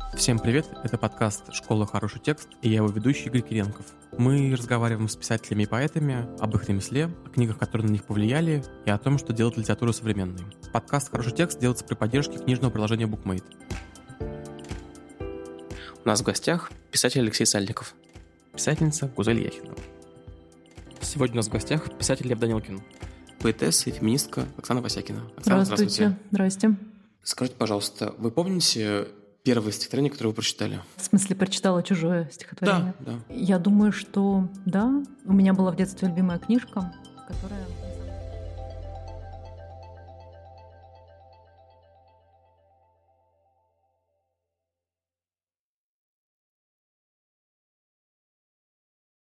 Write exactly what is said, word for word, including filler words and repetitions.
Всем привет, это подкаст «Школа. Хороший текст» и я его ведущий Игорь Киренков. Мы разговариваем с писателями и поэтами об их ремесле, о книгах, которые на них повлияли, и о том, что делает литературу современной. Подкаст «Хороший текст» делается при поддержке книжного приложения BookMate. У нас в гостях писатель Алексей Сальников, писательница Гузель Яхина. Сегодня у нас в гостях писатель Лев Данилкин, поэтесса и феминистка Оксана Васякина. Оксана, здравствуйте. Здравствуйте. Здрасте. Скажите, пожалуйста, вы помните первое стихотворение, которое вы прочитали? В смысле, прочитала чужое стихотворение? Да, да. Я думаю, что да. У меня была в детстве любимая книжка, которая...